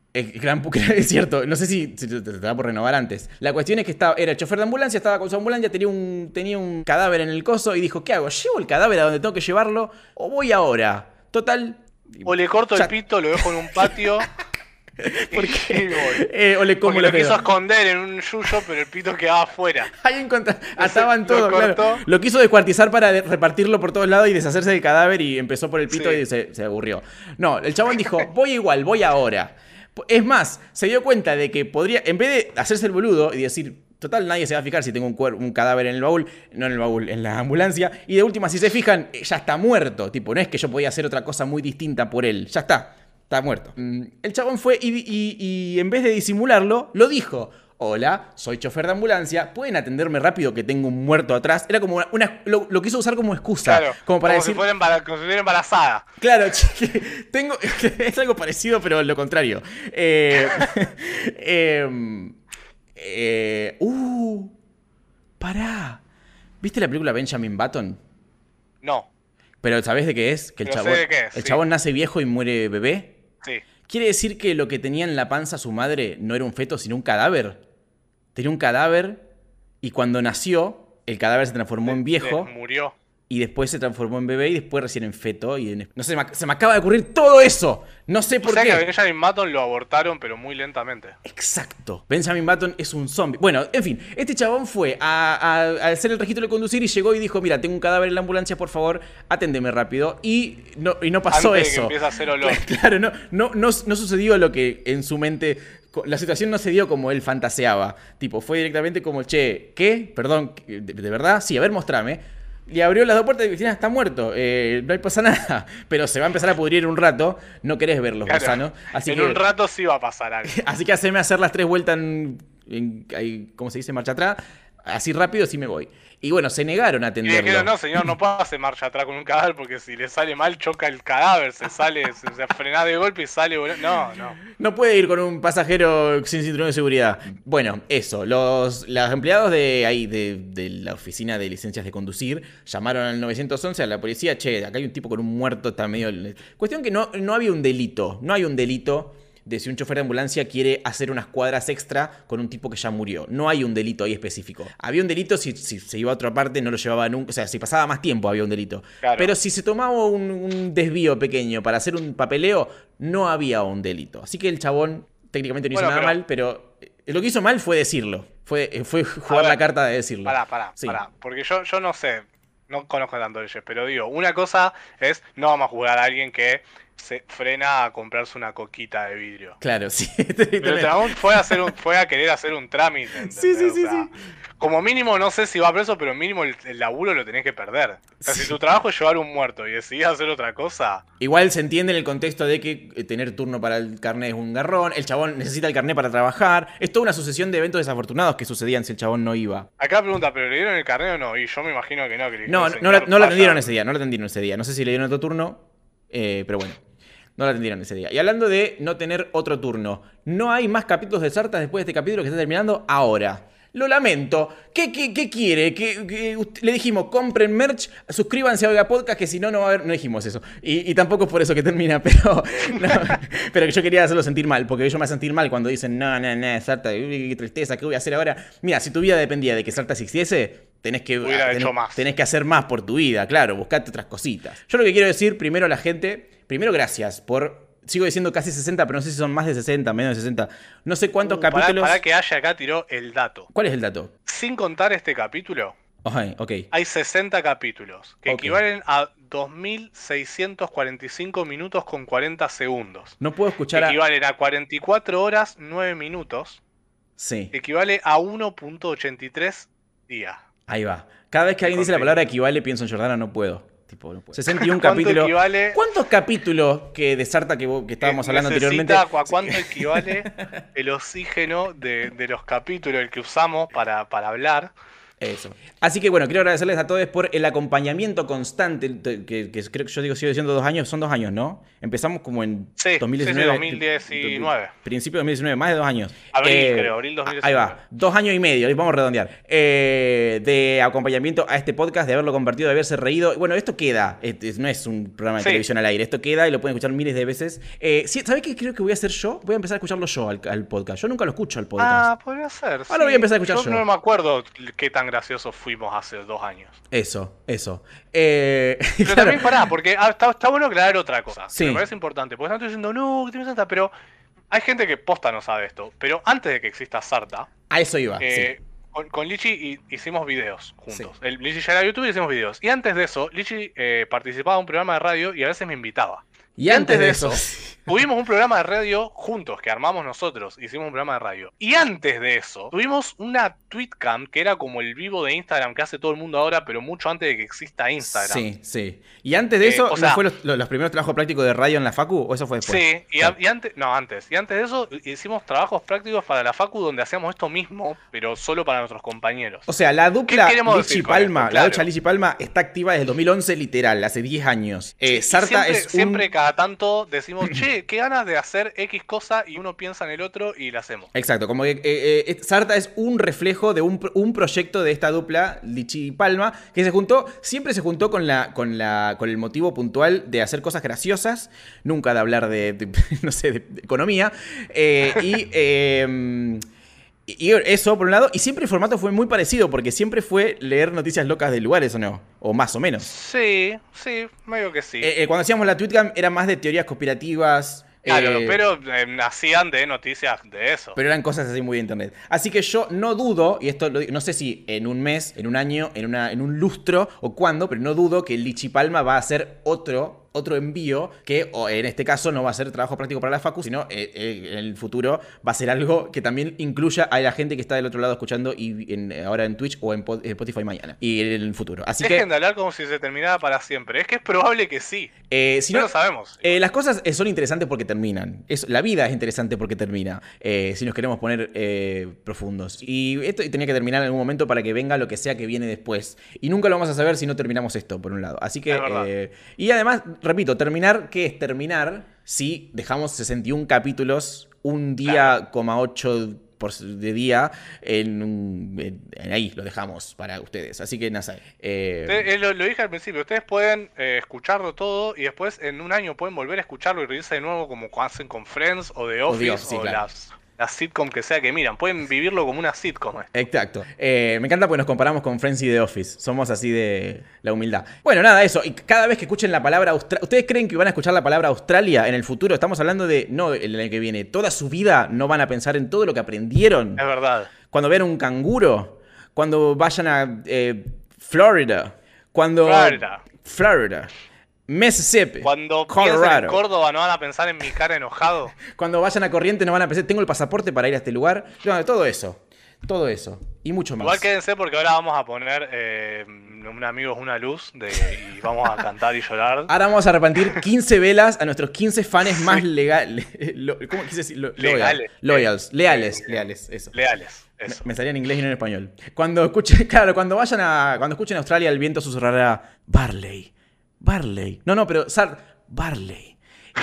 Es cierto, no sé si te da por renovar antes. La cuestión es que era el chofer de ambulancia, estaba con su ambulancia, tenía un cadáver en el coso y dijo, ¿qué hago? ¿Llevo el cadáver a donde tengo que llevarlo o voy ahora? Total... O le corto el pito, lo dejo en un patio. ¿Por qué? O le como porque lo quiso esconder en un yuyo, pero el pito quedaba afuera. Ahí ataban todo, claro. Lo quiso descuartizar para repartirlo por todos lados y deshacerse del cadáver y empezó por el pito y se aburrió. No, el chabón dijo, voy igual, voy ahora. Es más, se dio cuenta de que podría, en vez de hacerse el boludo y decir, Total, nadie se va a fijar si tengo un cadáver en el baúl, no en el baúl, en la ambulancia. Y de última, si se fijan, ya está muerto. Tipo, no es que yo podía hacer otra cosa muy distinta por él. Ya está muerto. El chabón fue y en vez de disimularlo, lo dijo. Hola, soy chofer de ambulancia, ¿pueden atenderme rápido que tengo un muerto atrás? Era como lo quiso usar como excusa. Claro, como para como decir, si como si estuviera embarazada. claro, tengo, es algo parecido, pero lo contrario. Pará. ¿Viste la película Benjamin Button? No. Pero ¿sabés de qué es? Que el Pero chabón, sé de qué es, el sí. chabón nace viejo y muere bebé. Sí. ¿Quiere decir que lo que tenía en la panza su madre no era un feto, sino un cadáver? Tenía un cadáver y cuando nació, el cadáver se transformó en viejo. Murió. Y después se transformó en bebé y después recién en feto. No sé, se me acaba de ocurrir todo eso. No sé por O sea qué. que a Benjamin Button lo abortaron, pero muy lentamente. Exacto. Benjamin Button es un zombie. Bueno, en fin, este chabón fue a hacer el registro de conducir y llegó y dijo, mira, tengo un cadáver en la ambulancia, por favor, aténdeme rápido. Y no pasó Antes de eso. que empiece a hacer olor. Claro, no sucedió lo que en su mente... La situación no se dio como él fantaseaba. Tipo, fue directamente como, che, ¿qué? Perdón, ¿de verdad? Sí, a ver, mostrame. Le abrió las dos puertas y dijo, está muerto, no pasa nada. Pero se va a empezar a pudrir un rato. No querés ver los gusanos. Así en un rato sí va a pasar algo. Así que haceme hacer las 3 vueltas ¿cómo se dice? Marcha atrás. Así rápido sí me voy. Y bueno, se negaron a Y atenderlo. dijeron, no señor, no puede hacer marcha atrás con un cadáver porque si le sale mal choca el cadáver, se frena de golpe y sale volando. No. No puede ir con un pasajero sin cinturón de seguridad. Bueno, eso. Los empleados de la oficina de licencias de conducir llamaron al 911 a la policía. Che, acá hay un tipo con un muerto, está medio... Cuestión que no había un delito. No hay un delito de si un chofer de ambulancia quiere hacer unas cuadras extra con un tipo que ya murió. No hay un delito ahí específico. Había un delito si se iba a otra parte, no lo llevaba nunca. O sea, si pasaba más tiempo había un delito. Claro. Pero si se tomaba un desvío pequeño para hacer un papeleo, no había un delito. Así que el chabón técnicamente no hizo nada mal, pero lo que hizo mal fue decirlo. Fue jugar la carta de decirlo. Pará. Sí. Porque yo no sé, no conozco tanto leyes, pero digo, una cosa es, no vamos a jugar a alguien que se frena a comprarse una coquita de vidrio. Claro, sí. Pero el chabón fue a querer hacer un trámite, ¿entendés? Sí. O sea, como mínimo, no sé si va preso, pero mínimo el laburo lo tenés que perder. O sea, si tu trabajo es llevar un muerto y decidís hacer otra cosa... Igual se entiende en el contexto de que tener turno para el carnet es un garrón, el chabón necesita el carnet para trabajar. Es toda una sucesión de eventos desafortunados que sucedían si el chabón no iba. Acá pregunta, ¿pero le dieron el carnet o no? Y yo me imagino que no. Que le No dijeron, "Señor, lo vaya". atendieron ese día, no lo atendieron ese día. No sé si le dieron otro turno, pero bueno. No lo atendieron ese día. Y hablando de no tener otro turno, no hay más capítulos de Sartas después de este capítulo que está terminando ahora. Lo lamento. ¿Qué quiere? Le dijimos, compren merch, suscríbanse a Oiga Podcast, que si no, no va a haber... No dijimos eso. Y tampoco es por eso que termina, pero... No, pero que yo quería hacerlo sentir mal, porque ellos me hacen sentir mal cuando dicen, no, Sarta, qué tristeza, ¿qué voy a hacer ahora? Mira, si tu vida dependía de que Sarta existiese, tenés que hacer más por tu vida, claro, buscate otras cositas. Yo lo que quiero decir primero a la gente, gracias por... Sigo diciendo casi 60, pero no sé si son más de 60, menos de 60. No sé cuántos capítulos... Para que haya acá tiró el dato. ¿Cuál es el dato? Sin contar este capítulo, Ok. hay 60 capítulos, que Ok. equivalen a 2.645 minutos con 40 segundos. No puedo escuchar a... Equivalen a 44 horas, 9 minutos. Sí, Equivale a 1.83 días. ahí va. Cada vez que alguien dice la palabra equivale, pienso en Jordana, no puedo. Tipo, no puedo. 61 ¿Cuánto capítulos. equivale? ¿Cuántos capítulos que de Sarta que estábamos hablando anteriormente? ¿A cuánto equivale el oxígeno de los capítulos el que usamos para hablar? Eso. Así que bueno, quiero agradecerles a todos por el acompañamiento constante, que creo que yo sigo diciendo 2 años, son 2 años, ¿no? Empezamos como en 2019. 2019. Principio de 2019, más de 2 años. Abril 2019. Ahí va, 2 años y medio, vamos a redondear. De acompañamiento a este podcast, de haberlo compartido, de haberse reído. Bueno, esto queda, no es un programa de televisión al aire, esto queda y lo pueden escuchar miles de veces. ¿Sabés qué creo que voy a hacer yo? Voy a empezar a escucharlo yo al podcast. Yo nunca lo escucho al podcast. Ah, podría ser. Ahora voy a empezar a escuchar yo. No me acuerdo qué tan graciosos fuimos hace 2 años. Eso. Pero Claro. también porque está bueno aclarar otra cosa. Sí. Me parece importante. Porque están diciendo, no, que tienes Sarta, pero hay gente que posta no sabe esto. Pero antes de que exista Sarta, A eso iba, sí. con Lichi hicimos videos juntos. Lichi ya era youtuber y hicimos videos. Y antes de eso, Lichi participaba en un programa de radio y a veces me invitaba. Y antes de eso... tuvimos un programa de radio juntos, que armamos nosotros, hicimos un programa de radio. Y antes de eso, tuvimos una tweetcam, que era como el vivo de Instagram que hace todo el mundo ahora, pero mucho antes de que exista Instagram. Sí, sí. ¿Y antes de eso, o sea, ¿no fue los primeros trabajos prácticos de radio en la Facu o eso fue después? Sí, Claro. y antes, no, antes. Y antes de eso, hicimos trabajos prácticos para la Facu donde hacíamos esto mismo, pero solo para nuestros compañeros. O sea, la dupla queremos Lichi decir con Palma, esto? Claro. la ducha Lichi Palma está activa desde el 2011, literal, hace 10 años. Y Sarta siempre, es un... siempre cada tanto decimos, che, qué ganas de hacer X cosa, y uno piensa en el otro y la hacemos. Exacto, como que Sarta es un reflejo de un proyecto de esta dupla, Lichi y Palma, que siempre se juntó con el motivo puntual de hacer cosas graciosas, nunca de hablar no sé, de economía, y eso por un lado, y siempre el formato fue muy parecido, porque siempre fue leer noticias locas de lugares, ¿o no? O más o menos. Sí, medio que sí. Cuando hacíamos la Tweetcam era más de teorías conspirativas. Claro, pero nacían de noticias de eso. Pero eran cosas así muy de internet. Así que yo no dudo, y esto lo digo, no sé si en un mes, en un año, en un lustro o cuándo, pero no dudo que Lichi Palma va a hacer otro envío que en este caso no va a ser trabajo práctico para la Facu, sino en el futuro va a ser algo que también incluya a la gente que está del otro lado escuchando ahora en Twitch o en Spotify mañana y en el futuro. Así Dejen de hablar como si se terminara para siempre. Es que es probable que sí. Si no lo sabemos. Las cosas son interesantes porque terminan. La vida es interesante porque termina. Si nos queremos poner profundos. Y esto tenía que terminar en algún momento para que venga lo que sea que viene después. Y nunca lo vamos a saber si no terminamos esto, por un lado. Así que... y además, repito, terminar, ¿qué es terminar? Si dejamos 61 capítulos, un día, claro. 8 de día, ahí lo dejamos para ustedes. Así que nada. Lo dije al principio, ustedes pueden escucharlo todo y después en un año pueden volver a escucharlo y reírse de nuevo como hacen con Friends o The Office sí, claro. las sitcom que sea que miran. Pueden vivirlo como una sitcom. Exacto. Me encanta porque nos comparamos con Friends y The Office. Somos así de la humildad. Bueno, nada, eso. Y cada vez que escuchen la palabra Australia... ¿Ustedes creen que van a escuchar la palabra Australia en el futuro? Estamos hablando de... No, el año que viene. Toda su vida no van a pensar en todo lo que aprendieron. Es verdad. Cuando vean un canguro. Cuando vayan a Florida. Florida. Mississippi. Cuando Colorado. piensen en Córdoba no van a pensar en mi cara enojado. Cuando vayan a Corrientes no van a pensar, tengo el pasaporte para ir a este lugar. No, todo eso. Y mucho más. Igual quédense porque ahora vamos a poner un amigo es una luz y vamos a cantar y llorar. Ahora vamos a repartir 15 velas a nuestros 15 fans más legales. ¿Cómo quise decir? Leales, eso. Leales, eso. Me salía en inglés y no en español. Cuando escuchen Australia, el viento susurrará Barley. No, pero Barley.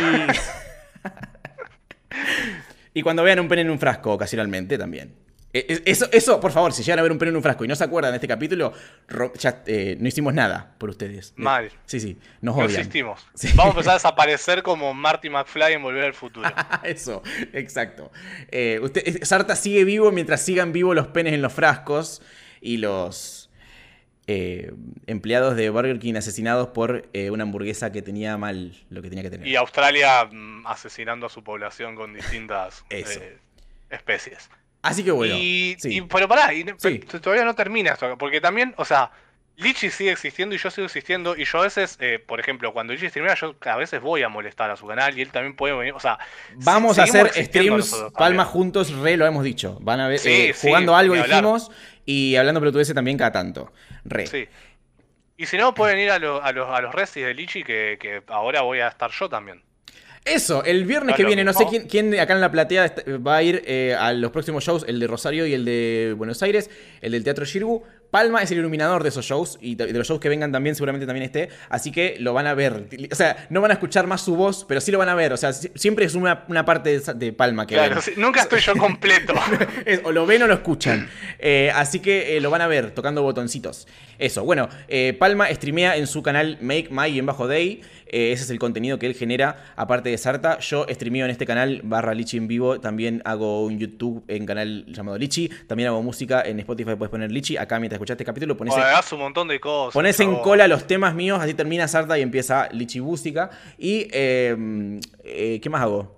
Y cuando vean un pene en un frasco, ocasionalmente también. Eso, por favor, si llegan a ver un pene en un frasco y no se acuerdan de este capítulo, ya no hicimos nada por ustedes. Mal. Sí, nos no odian. existimos. Sí. Vamos a empezar a desaparecer como Marty McFly en Volver al Futuro. Eso, exacto. Sarta sigue vivo mientras sigan vivos los penes en los frascos y los empleados de Burger King asesinados por una hamburguesa que tenía mal lo que tenía que tener. Y Australia asesinando a su población con distintas especies. Así que bueno. Pero pará, sí. Todavía no termina esto, porque también, o sea, Lichi sigue existiendo y yo sigo existiendo, y yo a veces, por ejemplo, cuando Lichi streamea, yo a veces voy a molestar a su canal y él también puede venir, o sea... Vamos a hacer streams Palma juntos, lo hemos dicho. Van a ver, jugando algo dijimos, y hablando pelotudeces también cada tanto. Sí. Y si no, pueden ir a los resis de Lichi, que ahora voy a estar yo también. Eso, el viernes que viene, no sé quién acá en la platea va a ir a los próximos shows, el de Rosario y el de Buenos Aires, el del Teatro Xirgu. Palma es el iluminador de esos shows y de los shows que vengan también seguramente también esté, así que lo van a ver. O sea, no van a escuchar más su voz, pero sí lo van a ver. O sea, siempre es una parte de Palma que claro, ven. Sí, nunca estoy yo completo. O lo ven o lo escuchan. Así que lo van a ver tocando botoncitos. Eso, bueno, Palma streamea en su canal Make My-Day. Ese es el contenido que él genera, aparte de Sarta. Yo streameo en este canal /Lichi en vivo. También hago un YouTube en canal llamado Lichi. También hago música en Spotify, puedes poner Lichi. Acá mientras escuchaste este capítulo hagas un montón de cosas. Pones en cola los temas míos, así termina Sarta y empieza Lichi Música. Y ¿qué más hago?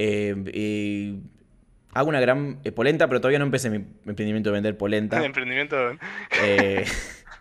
Hago una gran polenta, pero todavía no empecé mi emprendimiento de vender polenta. El emprendimiento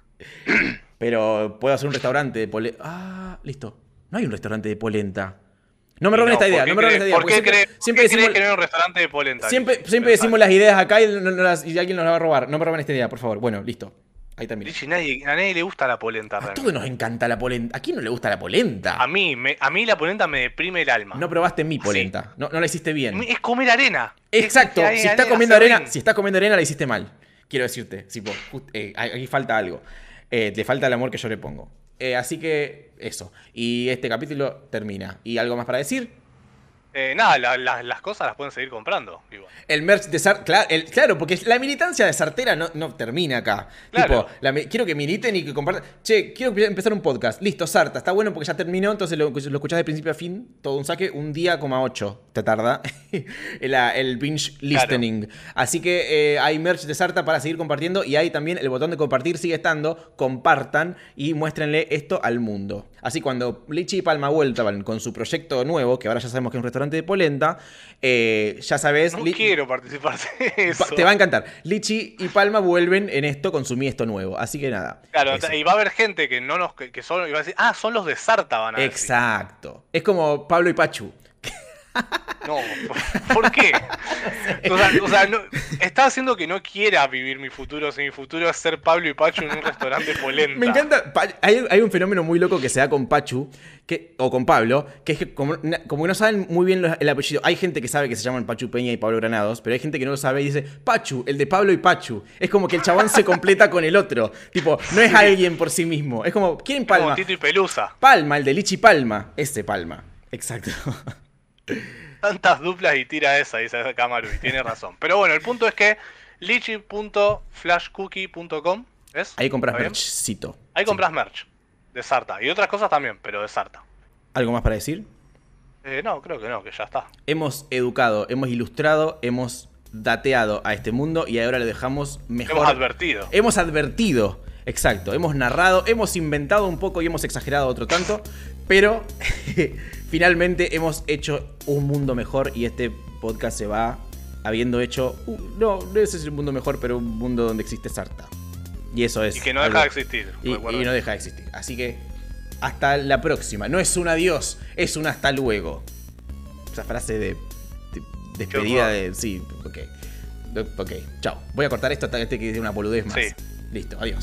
pero puedo hacer un restaurante de polenta. Listo. No hay un restaurante de polenta. No me roben esta idea, no me roben esta idea. ¿Por qué crees decimos, que no hay un restaurante de polenta? Siempre decimos las ideas acá y alguien nos la va a robar. No me roben esta idea, por favor. Bueno, listo. Ahí también. Lichi, a nadie le gusta la polenta. A todos nos encanta la polenta. ¿A quién no le gusta la polenta? A mí la polenta me deprime el alma. No probaste mi polenta. No la hiciste bien. Es comer arena. Exacto. Si estás comiendo arena, la hiciste mal. Quiero decirte. Aquí falta algo. Le falta el amor que yo le pongo. Así que eso. Y este capítulo termina. ¿Y algo más para decir? Nada, las cosas las pueden seguir comprando. Igual. El merch de Sartera, claro, porque la militancia de Sartera no termina acá. Claro. Tipo, quiero que militen y que compartan. Che, quiero empezar un podcast. Listo, Sarta, está bueno porque ya terminó, entonces lo escuchás de principio a fin, todo un saque, 1 día, 8 te tarda el binge listening. Claro. Así que hay merch de Sarta para seguir compartiendo y hay también el botón de compartir sigue estando. Compartan y muéstrenle esto al mundo. Así cuando Lichi y Palma vuelvan con su proyecto nuevo, que ahora ya sabemos que es un restaurante de polenta, ya sabes... No quiero participar de eso. Te va a encantar. Lichi y Palma vuelven en esto, consumí esto nuevo. Así que nada. Claro, y va a haber gente que no nos... que son, y va a decir, son los de Sarta, van a decir. Exacto. Es como Pablo y Pachu. No, ¿por qué? O sea está haciendo que no quiera vivir mi futuro. Si mi futuro es ser Pablo y Pachu en un restaurante polenta. Me encanta. Hay un fenómeno muy loco que se da con Pachu, o con Pablo, que es que como no saben muy bien el apellido, hay gente que sabe que se llaman Pachu Peña y Pablo Granados, pero hay gente que no lo sabe y dice, Pachu, el de Pablo y Pachu. Es como que el chabón se completa con el otro. Tipo, no es alguien por sí mismo. Es como, ¿quién Palma? Como Tito y Pelusa. Palma, el de Lichi Palma. Ese Palma. Exacto. Tantas duplas y tira esa, dice Kamaru, y tiene razón. Pero bueno, el punto es que lichi.flashcookie.com ¿es? Ahí compras merchcito. Ahí compras merch de Sarta. Y otras cosas también, pero de Sarta. ¿Algo más para decir? No, creo que no, que ya está. Hemos educado, hemos ilustrado, hemos dateado a este mundo y ahora lo dejamos mejor. Hemos advertido, exacto. Hemos narrado, hemos inventado un poco y hemos exagerado otro tanto, pero finalmente hemos hecho un mundo mejor y este podcast se va habiendo hecho... no ese es el mundo mejor, pero un mundo donde existe Sarta. Y eso es... Y que no deja de existir. Y no deja de existir. Así que hasta la próxima. No es un adiós, es un hasta luego. Esa frase de despedida de... Sí, ok. Ok, chao. Voy a cortar esto hasta que diga una boludez más. Sí. Listo, adiós.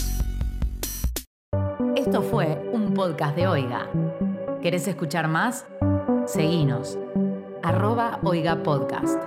Esto fue un podcast de Oiga. ¿Querés escuchar más? Seguinos. @oigapodcast.